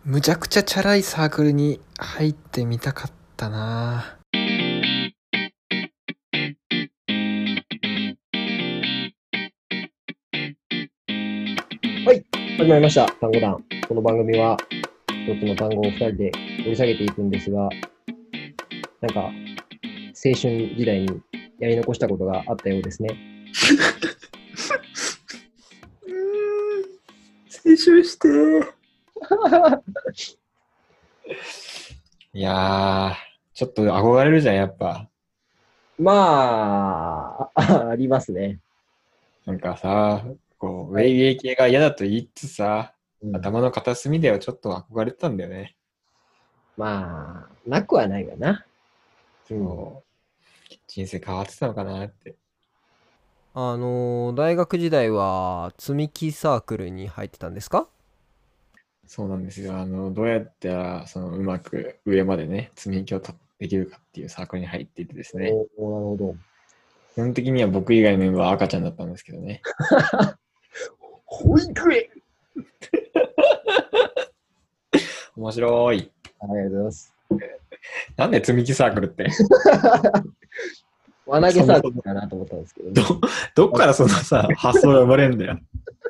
むちゃくちゃチャラいサークルに入ってみたかったな。 はい、始まりました。単語団。この番組は、一つの単語を二人で掘り下げていくんですが、なんか、青春時代にやり残したことがあったようですね。 青春していやー、ちょっと憧れるじゃん、やっぱ。 まあ、ありますね。 なんかさ、こう、ウはい。 ェイウェイ系が嫌だと言いつつさ、 うん、 頭の片隅ではちょっと憧れてたんだよね。 まあ、なくはないがな。うん。 そう。人生変わってたのかなって。 大学時代は積み木サークルに入ってたんですか？ そうなんですよ。どうやったら、うまく上までね、積み木をできるかっていうサークルに入っていてですね。 なるほど。 基本的には僕以外のメンバーは赤ちゃんだったんですけどね。 保育園。 面白い。 ありがとうございます。 なんで積み木サークルって。 輪投げそもそもサークルかなと思ったんですけどね。 どっからそのさ、発想が生まれるんだよ。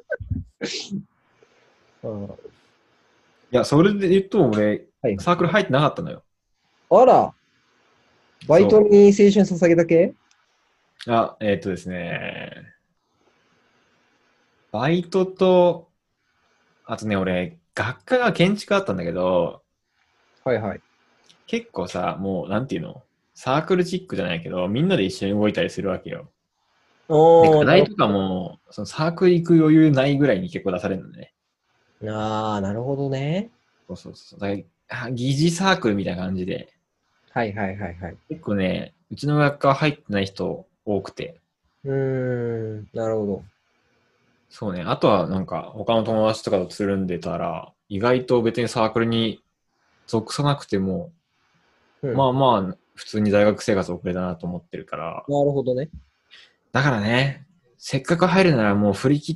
うん、 いや、それで言うと俺、 はい。 サークル入ってなかったのよ。 あら、バイトそに青春捧げた系？ う。ですね、バイトと、あとね、俺、学科が建築あったんだけど、 はいはい。 結構さ、もう、なんていうの、サークルチックじゃないけど、みんなで一緒に動いたりするわけよ。で、 おー、なる課題とかも、そのサークル行く余裕ないぐらいに結構出されるのね。 なるほどね。 そうそうそう。だから疑似サークルみたいな感じで、 はいはいはいはい。 結構ね、うちの学科入ってない人多くて、 なるほど。 そうね。あとはなんか他の友達とかとつるんでたら、意外と別にサークルに属さなくても、 うん。 まあまあ、普通に大学生活を送れたなと思ってるから。 なるほどね。 だからね、せっかく入るならもう振り切って、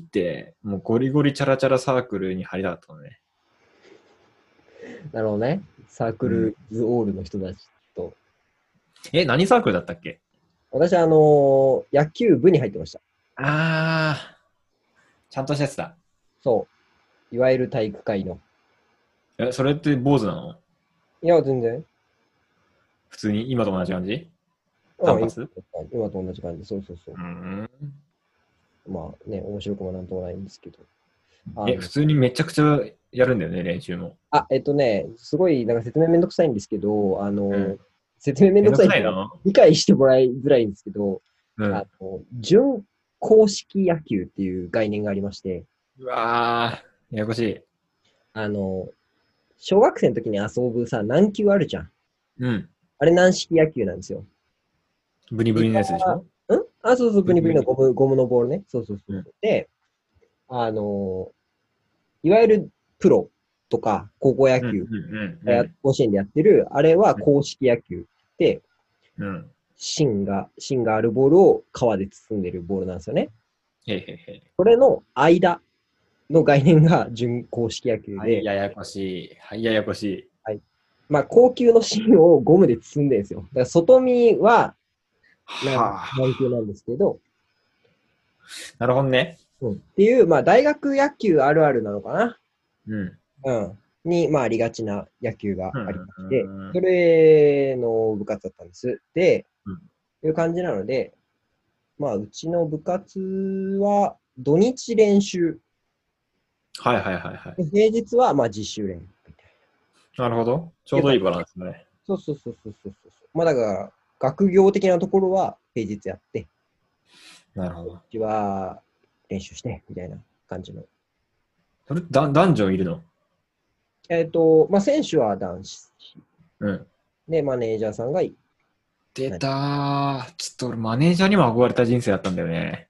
もうゴリゴリチャラチャラサークルに入りたかったのね。 なるほどね。サークうん。 ルズオールの人たちと。 何サークルだったっけ？ 私は野球部に入ってました。 あちゃんとしたやつだ。 そう。いわゆる体育会の。 それって坊主なの？ いや、全然。 普通に今と同じ感じ？ うん、今単発？ 今と同じ感じ。そうそうそう。 うん。 まあね、面白くもなんともないんですけど。あの、 普通にめちゃくちゃやるんだよね、練習も。 すごい、なんか説明めんどくさいんですけど、 うん。 説明めんめんどくどくさいっていうかさいの？ 理解してもらいづらいんですけど、 うん。 準公式野球っていう概念がありまして、 うわー、ややこしい。 あの、小学生の時に遊ぶさ、軟球あるじゃん。 うん。 あれ軟式野球なんですよ。いブニブニのやつでしょ？ そうそう、ブニブニのブニブニ。 ゴムのボールね。そうそうそう。 うん。 で、あの、いわゆるプロとか高校野うん。 球、 うん甲子園でやってる、あれは公式野球で、 うん。うん。 芯があるボールを皮で包んでるボールなんですよね。 へいへいへい。 それの間の概念が準公式野球はい、 で、 ややこしい。はい、ややこしい。 はい。まあ、高級の芯をゴムで包んでるんですよ。だから外見ははあ。 軟球なんですけど、 なるほどね。 っていう、まあ、大学野球あるあるなのかな。 うん。 まあ、ありがちな野球がありまして、 うん。 それの部活だったんです。で、 うん。 という感じなので、まあ、うちの部活は土日練習、 はいはいはいはい。 平日はまあ実習練みたいなるほど。ちな。 ょうどいいバランスだね。 そう。まあ、だから、学業的なところは平日やって、 なるほど。 うちは練習して、みたいな感じの。 それ、男女いるの？ まあ、選手は男子うん。 で、マネージャーさんが出たー。ちょっと俺マネージャーにも憧れた人生だったんだよね。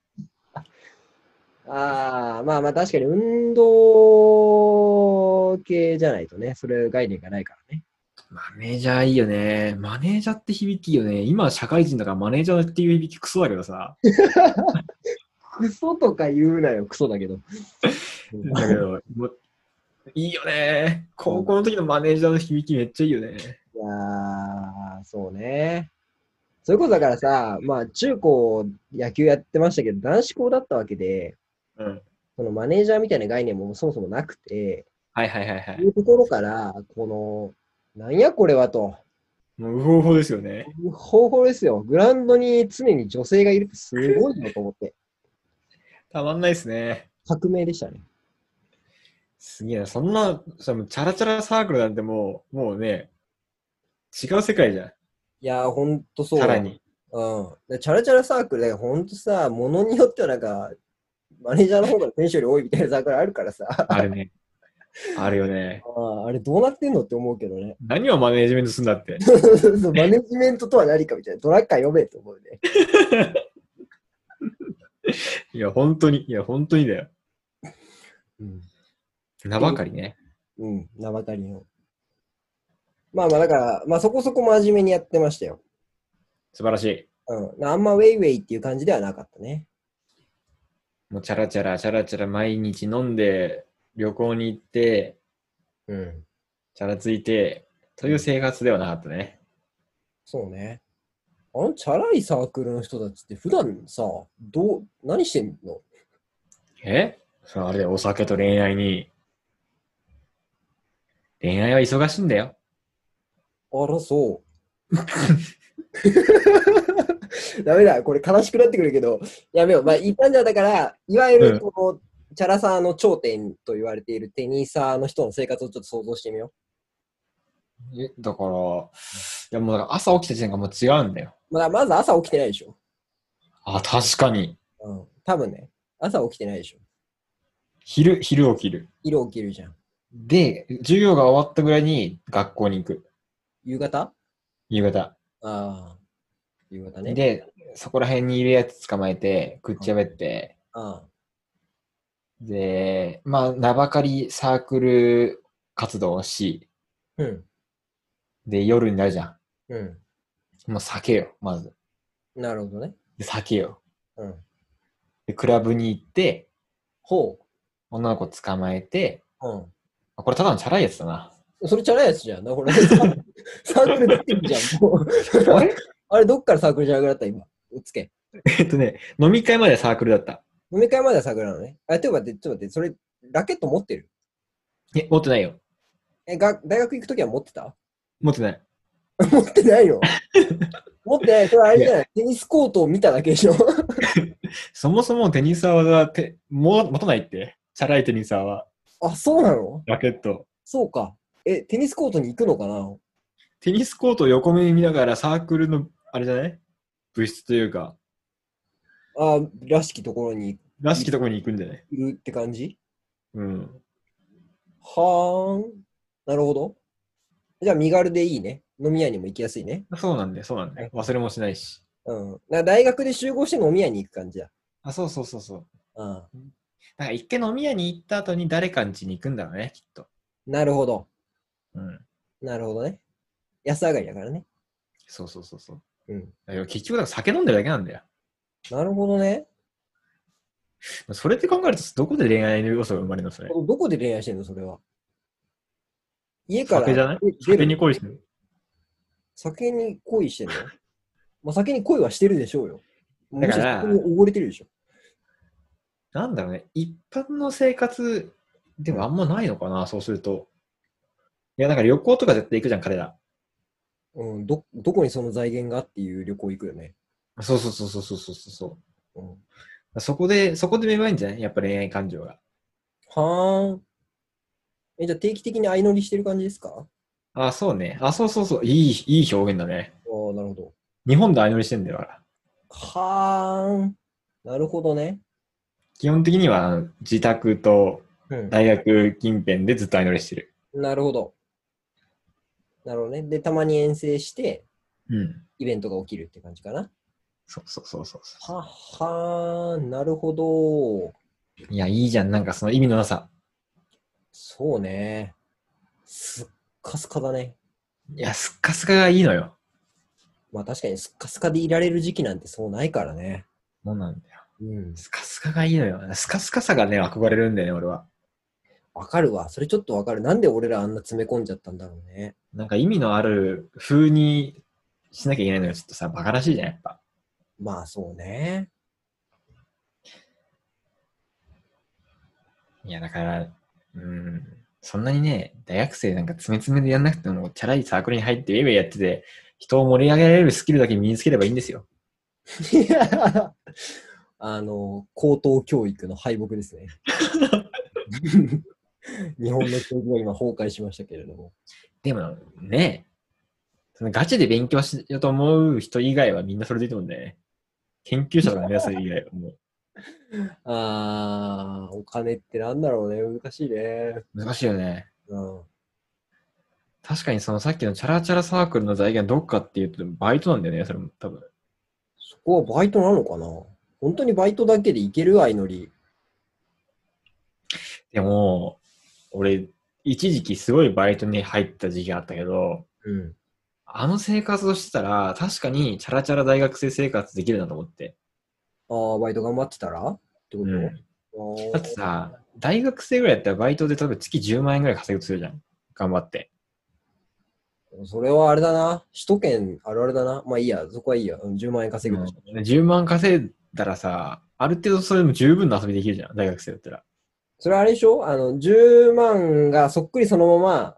まあまあ確かに運動系じゃないとね、それ概念がないからね。 マネージャーいいよね。マネージャーって響きいいよね。今社会人だからマネージャーっていう響きクソだけどさ。 クソとか言うなよ、クソだけど。 だけど、 いいよね。高校の時のマネージャーの響きめっちゃいいよね。 いやー、そうね。それこそだからさ、まあ中高野球やってましたけど、男子校だったわけで、 うん。 そのマネージャーみたいな概念もそもそもなくて、 はいはいはいはいうい。 ところから、なんやこれはと、 もう、うほうほですよね。 方法ですよ。グラウンドに常に女性がいるってすごいなと思って、 たまんないですね。 革命でしたね。 すげえな。そんな、チャラチャラサークルなんてもうね、違う世界じゃん。 いやー、ほんとそうだ。 さらに。 うん。でチャラチャラサークルで、ほんとさ、ものによってはなんか、マネージャーの方が選手より多いみたいなサークルあるからさ。 あるね。あるよね。 あれどうなってんのって思うけどね。 何をマネージメントするんだって。 マネジメントとは何かみたいな。ドラッカー読めと思うね。 いや、本当に。いや、本当にだよ。 うん。 名ばかりね。 うん。名ばかりの。まあまあ、だから、まあそこそこ真面目にやってましたよ。 素晴らしい。 うん。あんまウェイウェイっていう感じではなかったね。 もうチャラチャラ、チャラチャラ毎日飲んで、旅行に行って、 うん。 チャラついて、という生活ではなかったね。 そうね。チャラいサークルの人たちって普段さ、何してんの？ あれだよ、お酒と恋愛に。恋愛は忙しいんだよ。 あら、そう。ダメだ、これ悲しくなってくるけど、やめよう。まあ、一般じゃだから、いわゆるチャラさの頂点と言われているテニサーの人の生活をちょっと想像してみよだから、いやもうだから朝起きた時点がもう違うんだよ。 う。まず朝起きてないでしょ。 あ、確かに。 うん。多分ね、朝起きてないでしょ。 昼起きる。 色起きるじゃん。 で、授業が終わったぐらいに学校に行く。 夕方？ 夕方。 ああ、夕方ね。 で、そこら辺にいるやつ捕まえて、くっちゃべって、 あで、まあ、名ばかりサークル活動をし、 あ、うん、 で、夜になるじゃうん。 ん。もう酒よ、まず。 なるほどね。 で、酒よ。 うん。 で、クラブに行って、 ほ女の子捕まえて、 う。 これただのチャラいやつだな。 うん。それチャラいやつじゃん。これサークル出てるじゃん、もう。 あれあれ、どっからサークルじゃなくなった今。うっつけ。 飲み会までサークルだった。 飲み会まではサークルなのね。あ、ちょっと待って、それ、ラケット持ってる？ 持ってないよ。 大学行くときは持ってた？ 持ってない。 持ってないの？持ってない。それあれじゃいない。テニスコートを見ただけでしょ。 そもそもテニサーは持たないって。チャラいテニサーは。 あ、そうなの？ ラケット。 そうか。テニスコートに行くのかな？ テニスコートを横目に見ながらサークルの、あれじゃない部室というか、 あ、らしきところにらしきところに行くんじゃないいるって感じ？ うん。 はーん。なるほど。じゃあ、身軽でいいね。飲み屋にも行きやすいね。 そうなんだよ、そうなんだよ。忘れもしないし。 うん。だから大学で集合して飲み屋に行く感じだ。 あ、そうそうそうそう。 うん。 だから一回飲み屋に行った後に誰かん家に行くんだろうね、きっと。 なるほど。 うん。 なるほどね。安上がりだからね。 そうそうそうそう。 うん。 だから結局だから酒飲んでるだけなんだよ。 なるほどね。 それって考えるとどこで恋愛の要素が生まれるのそれ。 どこで恋愛してんのそれは。家から酒じゃない出る酒に恋してる。 酒に恋してんの？まあ、酒に恋はしてるでしょうよ。 だからむしろ酒に溺れてるでしょ。 なんだろうね。一般の生活ではあんまないのかな、そうすると。いや、なんか旅行とか絶対行くじゃん、彼ら。 うん、どこにその財源がっていう旅行行くよね。 そうそうそうそうそうそうそうん、 う。そこで芽生えんじゃないやっぱ恋愛感情が。 はーん。じゃあ定期的に相乗りしてる感じですか？ あ、そうね。あ、そうそうそう。いい表現だね。 ああ、なるほど。 日本で相乗りしてんだよ、だから。 はーん。なるほどね。 基本的には自宅とうん。 大学近辺でずっと相乗りしてる。 なるほど。なるほどね。で、たまに遠征して、 うん。 イベントが起きるって感じかな。 そうそうそうそうそははーん。なるほど。 う。いや、いいじゃん。なんかその意味のなさ。 そうね。すっかすかだね。 いや、スッカスカがいいのよ。 まあ確かにスッカスカでいられる時期なんてそうないからね。 そうなんだよ。 うん。 スカスカがいいのよ。スカスカさがね、憧れるんだよね、俺は。 わかるわ。それちょっとわかる。なんで俺らあんな詰め込んじゃったんだろうね。 なんか意味のある風にしなきゃいけないのがちょっとさ、バカらしいじゃん、やっぱ。 まあそうね。 いや、だから、そんなにね、大学生なんか詰め詰めでやんなくても、チャラいサークルに入ってウェイウェイやってて、人を盛り上げられるスキルだけ身につければいいんですよ。 いや高等教育の敗北ですね。日本の教育が今崩壊しましたけれども。 でもね、そのガチで勉強しようと思う人以外はみんなそれでいいと思うんだよね。研究者とか目指す以外はもうお金ってなんだろうね。難しいね。 難しいよね。 うん。 確かにそのさっきのチャラチャラサークルの財源はどっかっていうとバイトなんだよね、それも多分。 そこはバイトなのかな？本当にバイトだけでいける相乗り。 でも、俺、一時期すごいバイトに入った時期があったけど、 うん。 あの生活をしてたら、確かにチャラチャラ大学生生活できるなと思って。 バイト頑張ってたらってこと、 だってさ、大学生ぐらいやったらバイトで例えば月10万円ぐらい稼ぐとするじゃん。頑張って。 それはあれだな。首都圏あるあるだな。まあいいや、そこはいいや。10万円稼ぐとし 10万稼いだらさ、ある程度それでも十分な遊びできるじゃん。大学生だったら。 それはあれでしょ10万がそっくりそのまま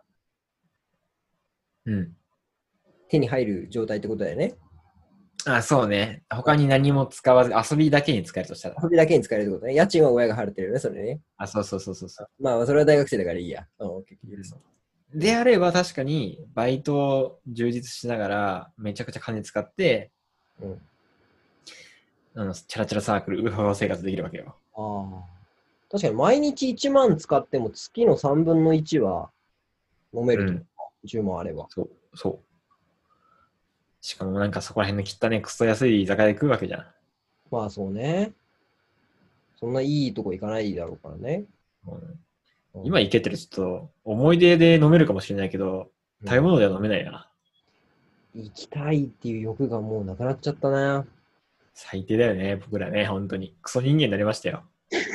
手に入る状態ってことだよね。 あ、そうね。他に何も使わず、遊びだけに使えるとしたら。 遊びだけに使えるってことね。家賃は親が払ってるよね、それね。 あ、そうそうそうそうそう。 まあ、それは大学生だからいいや。 であれば確かに、バイトを充実しながら、めちゃくちゃ金使って、チャラチャラサークル、ウハウハ生活できるわけよ。 確かに毎日1万使っても月の3分の1は飲めると、10万あれば。 そう、そう。しかもなんかそこら辺の汚ね、クソ安い居酒屋で食うわけじゃん。 まあそうね。そんないいとこ行かないだろうからね。 今行けてるちょっと思い出で飲めるかもしれないけど、食べ物では飲めないな。 行きたいっていう欲がもうなくなっちゃったな。 最低だよね、僕らね、本当に。クソ人間になりましたよ。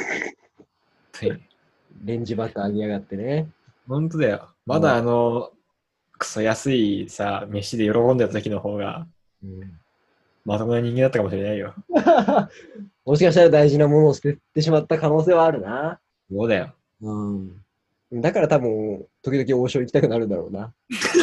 レンジバッターあげやがってね。 本当だよ。まだクソ安いさ、飯で喜んでた時の方が、まともな人間だったかもしれないよ。 もしかしたら大事なものを捨ててしまった可能性はあるな。 そうだよ。 だから多分、時々王将行きたくなるんだろうな。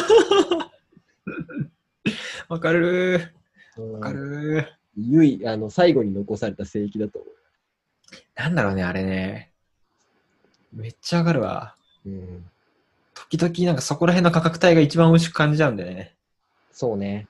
わかるー。わかるー。最後に残された聖域だと思う。 なんだろうね、あれね。めっちゃわかるわ。時々なんかそこら辺の価格帯が一番美味しく感じちゃうんだよね。 そうね。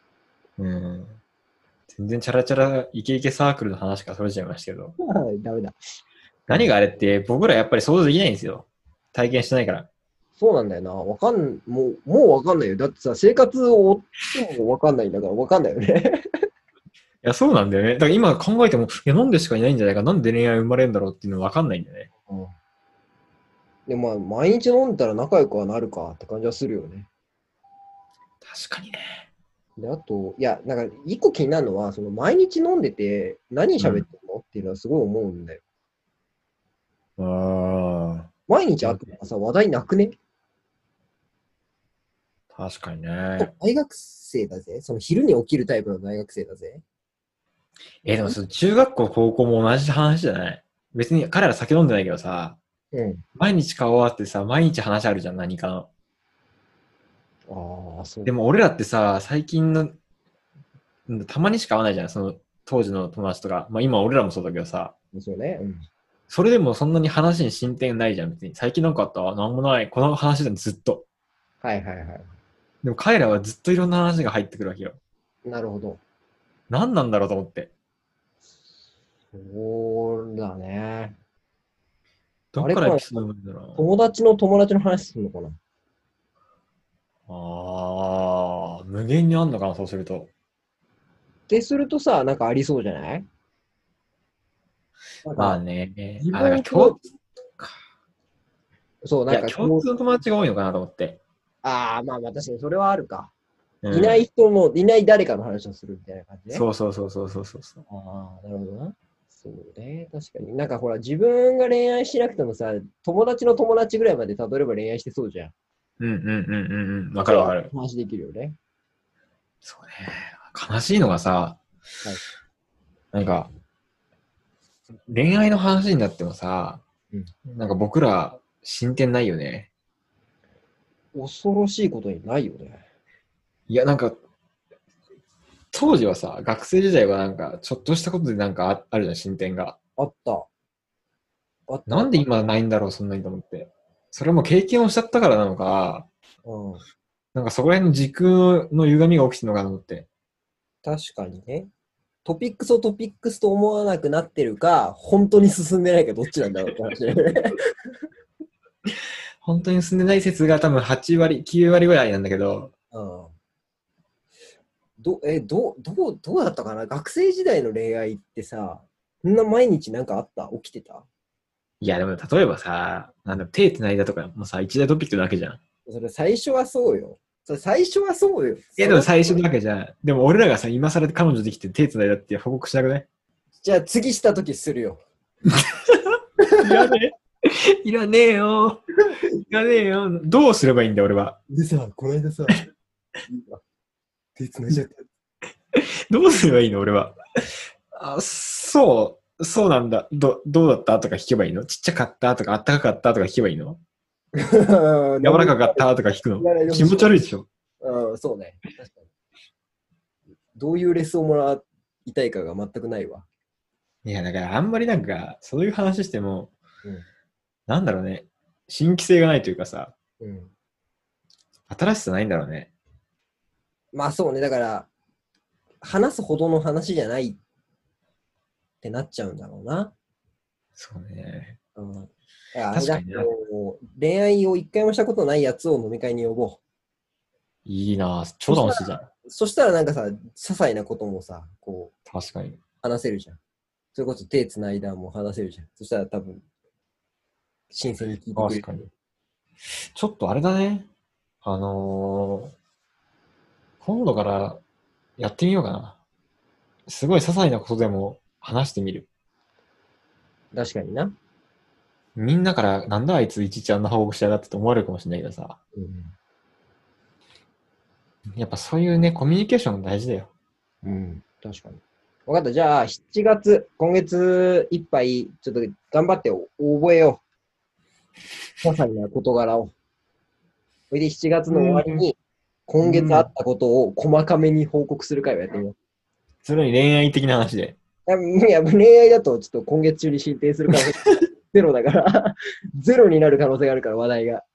全然チャラチャライケイケサークルの話からそれちゃいましたけど。 ダメだ。 何があれって僕らやっぱり想像できないんですよ。体験してないから。 そうなんだよな。もうわかんないよ。だってさ、生活を追ってもわかんないんだからわかんないよね。 いや、そうなんだよね。だから今考えても、いや、なんでしかいないんじゃないか、なんで恋愛生まれるんだろうっていうのわかんないんだよね。 でもまあ、毎日飲んだら仲良くはなるかって感じはするよね。 確かにね。 で、あと、いや、なんか、一個気になるのは、その、毎日飲んでて、何喋ってるの、っていうのはすごい思うんだよ。毎日会ってさ、話題なくね？ 確かにね。 大学生だぜ。その、昼に起きるタイプの大学生だぜ。 でもその中学校、高校も同じ話じゃない？別に彼ら酒飲んでないけどさ、毎日顔合ってさ、毎日話あるじゃん、何かの。 そう。 でも俺らってさ、最近の、たまにしか会わないじゃん、その当時の友達とか。まあ今俺らもそうだけどさ。 そうね。 それでもそんなに話に進展ないじゃん、別に。最近なんかあった？なんもない。この話でずっと。でも彼らはずっといろんな話が入ってくるわけよ。 なるほど。 何なんだろうと思って。 そうだね。 どっからエピソードなんだろう。 友達の友達の話するのかな？ 無限にあんのかな、そうすると。 ってするとさ、なんかありそうじゃない？ まあね。 自分なんか共通か。 そう、なんか共通の友達が多いのかなと思って。 まあ確かにそれはあるか。いない人も、いない誰かの話をするみたいな感じね。 そう。 なるほどな。 そうね、確かに。なんかほら、自分が恋愛しなくてもさ、友達の友達ぐらいまで例えば恋愛してそうじゃん。 うんうんうんうんうん。わかるわかる。 話できるよね。 そうね。悲しいのがさ、 はい、 なんか、恋愛の話になってもさ、 うん、 なんか僕ら進展ないよね。 恐ろしいことにないよね。 いや、なんか、当時はさ、学生時代はなんか、ちょっとしたことでなんかあるじゃん、進展が。 あった。あったあった。 なんで今ないんだろう、そんなにと思って。それも経験をしちゃったからなのか、 うん。 なんかそこら辺の時空の歪みが起きてるのかなと思って。 確かにね。トピックスをトピックスと思わなくなってるか、本当に進んでないかどっちなんだろうって話だよね。 本当に進んでない説が多分8割、9割ぐらいなんだけど、 うん。どうだったかな、学生時代の恋愛ってさ、そんな毎日なんかあった、起きてた？ いやでも例えばさ、なんだ手繋いだとかもさ、一大トピックなわけじゃん。 それ最初はそうよ。それ最初はそうよ。 いやでも最初なわけじゃん。でも俺らがさ、今更彼女できて手繋いだって報告しなくない？ じゃあ次したときするよ。 いらねえ。いらねえよ。いらねえよ。どうすればいいんだよ、俺は。 でさ、この間さ、手繋いじゃった。 どうすればいいの、俺は。そうなんだ。どうだったとか聞けばいいの？ちっちゃかったとか、あったかかったとか聞けばいいの？柔らかかったとか聞くの？気持ち悪いでしょ。 うん、そうね。確かに。どういうレッスンをもらいたいかが全くないわ。 いや、だからあんまりなんか、そういう話しても、 うん。 なんだろうね。新規性がないというかさ、 うん。 新しさないんだろうね。 まあそうね。だから、話すほどの話じゃないってなっちゃうんだろうな。 そうね。 うん。あれだ、 確かにな。 もう恋愛を一回もしたことないやつを飲み会に呼ぼう。 いいなぁ。超楽しいじゃん。 そしたらなんかさ、些細なこともさ、こう、 確かに。 話せるじゃん。それこそ手つないだも話せるじゃん。そしたら多分、新鮮に聞いてくれる。 確かに。ちょっとあれだね。今度からやってみようかな。すごい些細なことでも話してみる。 確かにな。 みんなからなんだあいついちいちあんな報告しやがってと思われるかもしれないけどさ。 うん。 やっぱそういうね、コミュニケーションが大事だよ。 うん、確かに。分かった。じゃあ、7月、今月いっぱい、ちょっと頑張って覚えよう。些細な事柄を。それで7月の終わりに、今月あったことを細かめに報告する会をやってみよう。 それに恋愛的な話で。 いや、恋愛だとちょっと今月中に進展する可能性ゼロだからゼロになる可能性があるから、話題が。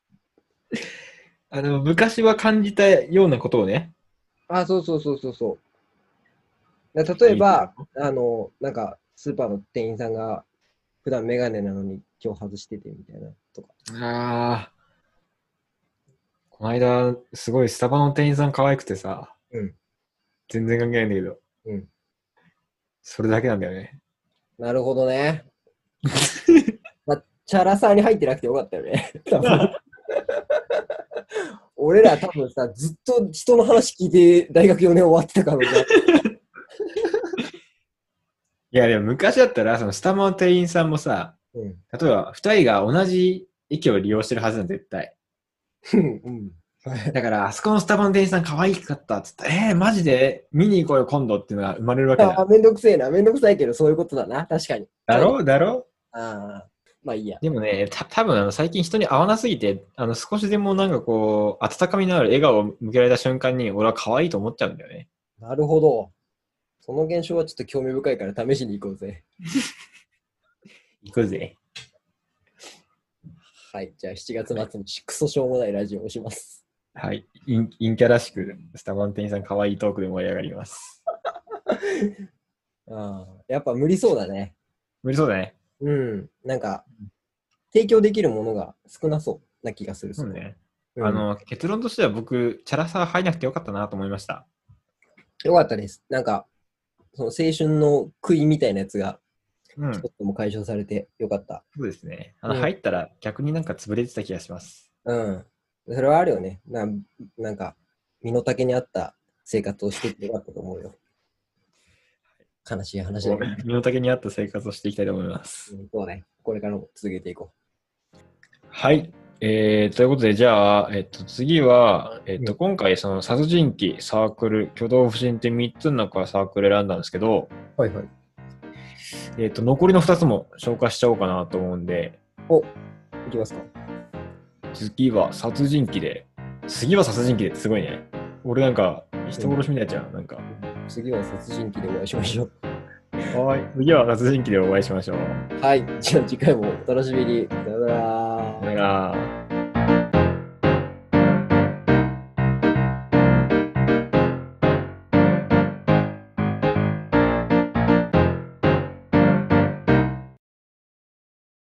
昔は感じたようなことをね。 あ、そうそうそうそうそう。例えば、なんか、スーパーの店員さんが、普段メガネなのに今日外しててみたいなとか。 ああ、この間、すごいスタバの店員さん可愛くてさ、 うん。 全然関係ないんだけど、 うん。 それだけなんだよね。 なるほどね。まあ、チャラさに入ってなくてよかったよね。多分俺ら多分さ、ずっと人の話聞いて大学4年終わってたからね。 いや、でも昔だったら、そのスタバの店員さんもさ、 うん。 例えば二人が同じ駅を利用してるはずなん絶対。 うん。 だから、あそこのスタバの店員さん可愛かったっつったら、マジで見に行こうよ今度っていうのが生まれるわけじゃん。 めんどくせえな。めんどくさいけど、そういうことだな。確かに。 だろああ、まあいいや。 でもね、多分最近人に会わなすぎて、少しでもなんかこう、温かみのある笑顔を向けられた瞬間に、俺は可愛いと思っちゃうんだよね。 なるほど。その現象はちょっと興味深いから試しに行こうぜ。 行くぜ。 はい。じゃあ7月末にクソしょうもないラジオをします。 はい。陰キャらしく、スタバの店員さん可愛いトークで盛り上がります。 やっぱ無理そうだね。 無理そうだね。 うん。なんか、提供できるものが少なそうな気がする。 そうね。 うん、 結論としては僕、チャラさ入んなくてよかったなと思いました。 よかったです。なんか、その青春の悔いみたいなやつが、 うん。 ちょっとも解消されてよかった。 そうですね。 うん入ったら逆になんか潰れてた気がします。 うん。それはあるよね。なんか、身の丈に合った生活をしててよかったと思うよ。 悲しい話だけど。 身の丈に合った生活をしていきたいと思います。 そうね。これからも続けていこう。 はい。ということで、じゃあ、次は、今回、その殺人鬼、サークル、挙動不審って3つの中からサークル選んだんですけど、 はいはい。 残りの2つも紹介しちゃおうかなと思うんで、 いきますか。 次は殺人鬼で、次は殺人鬼ですごいね。俺なんか、人殺しみたいじゃん、なんか。 次は殺人鬼でお会いしましょう。 はい。次は殺人鬼でお会いしましょう。 はい。じゃあ次回もお楽しみに。さよなら。 さよなら。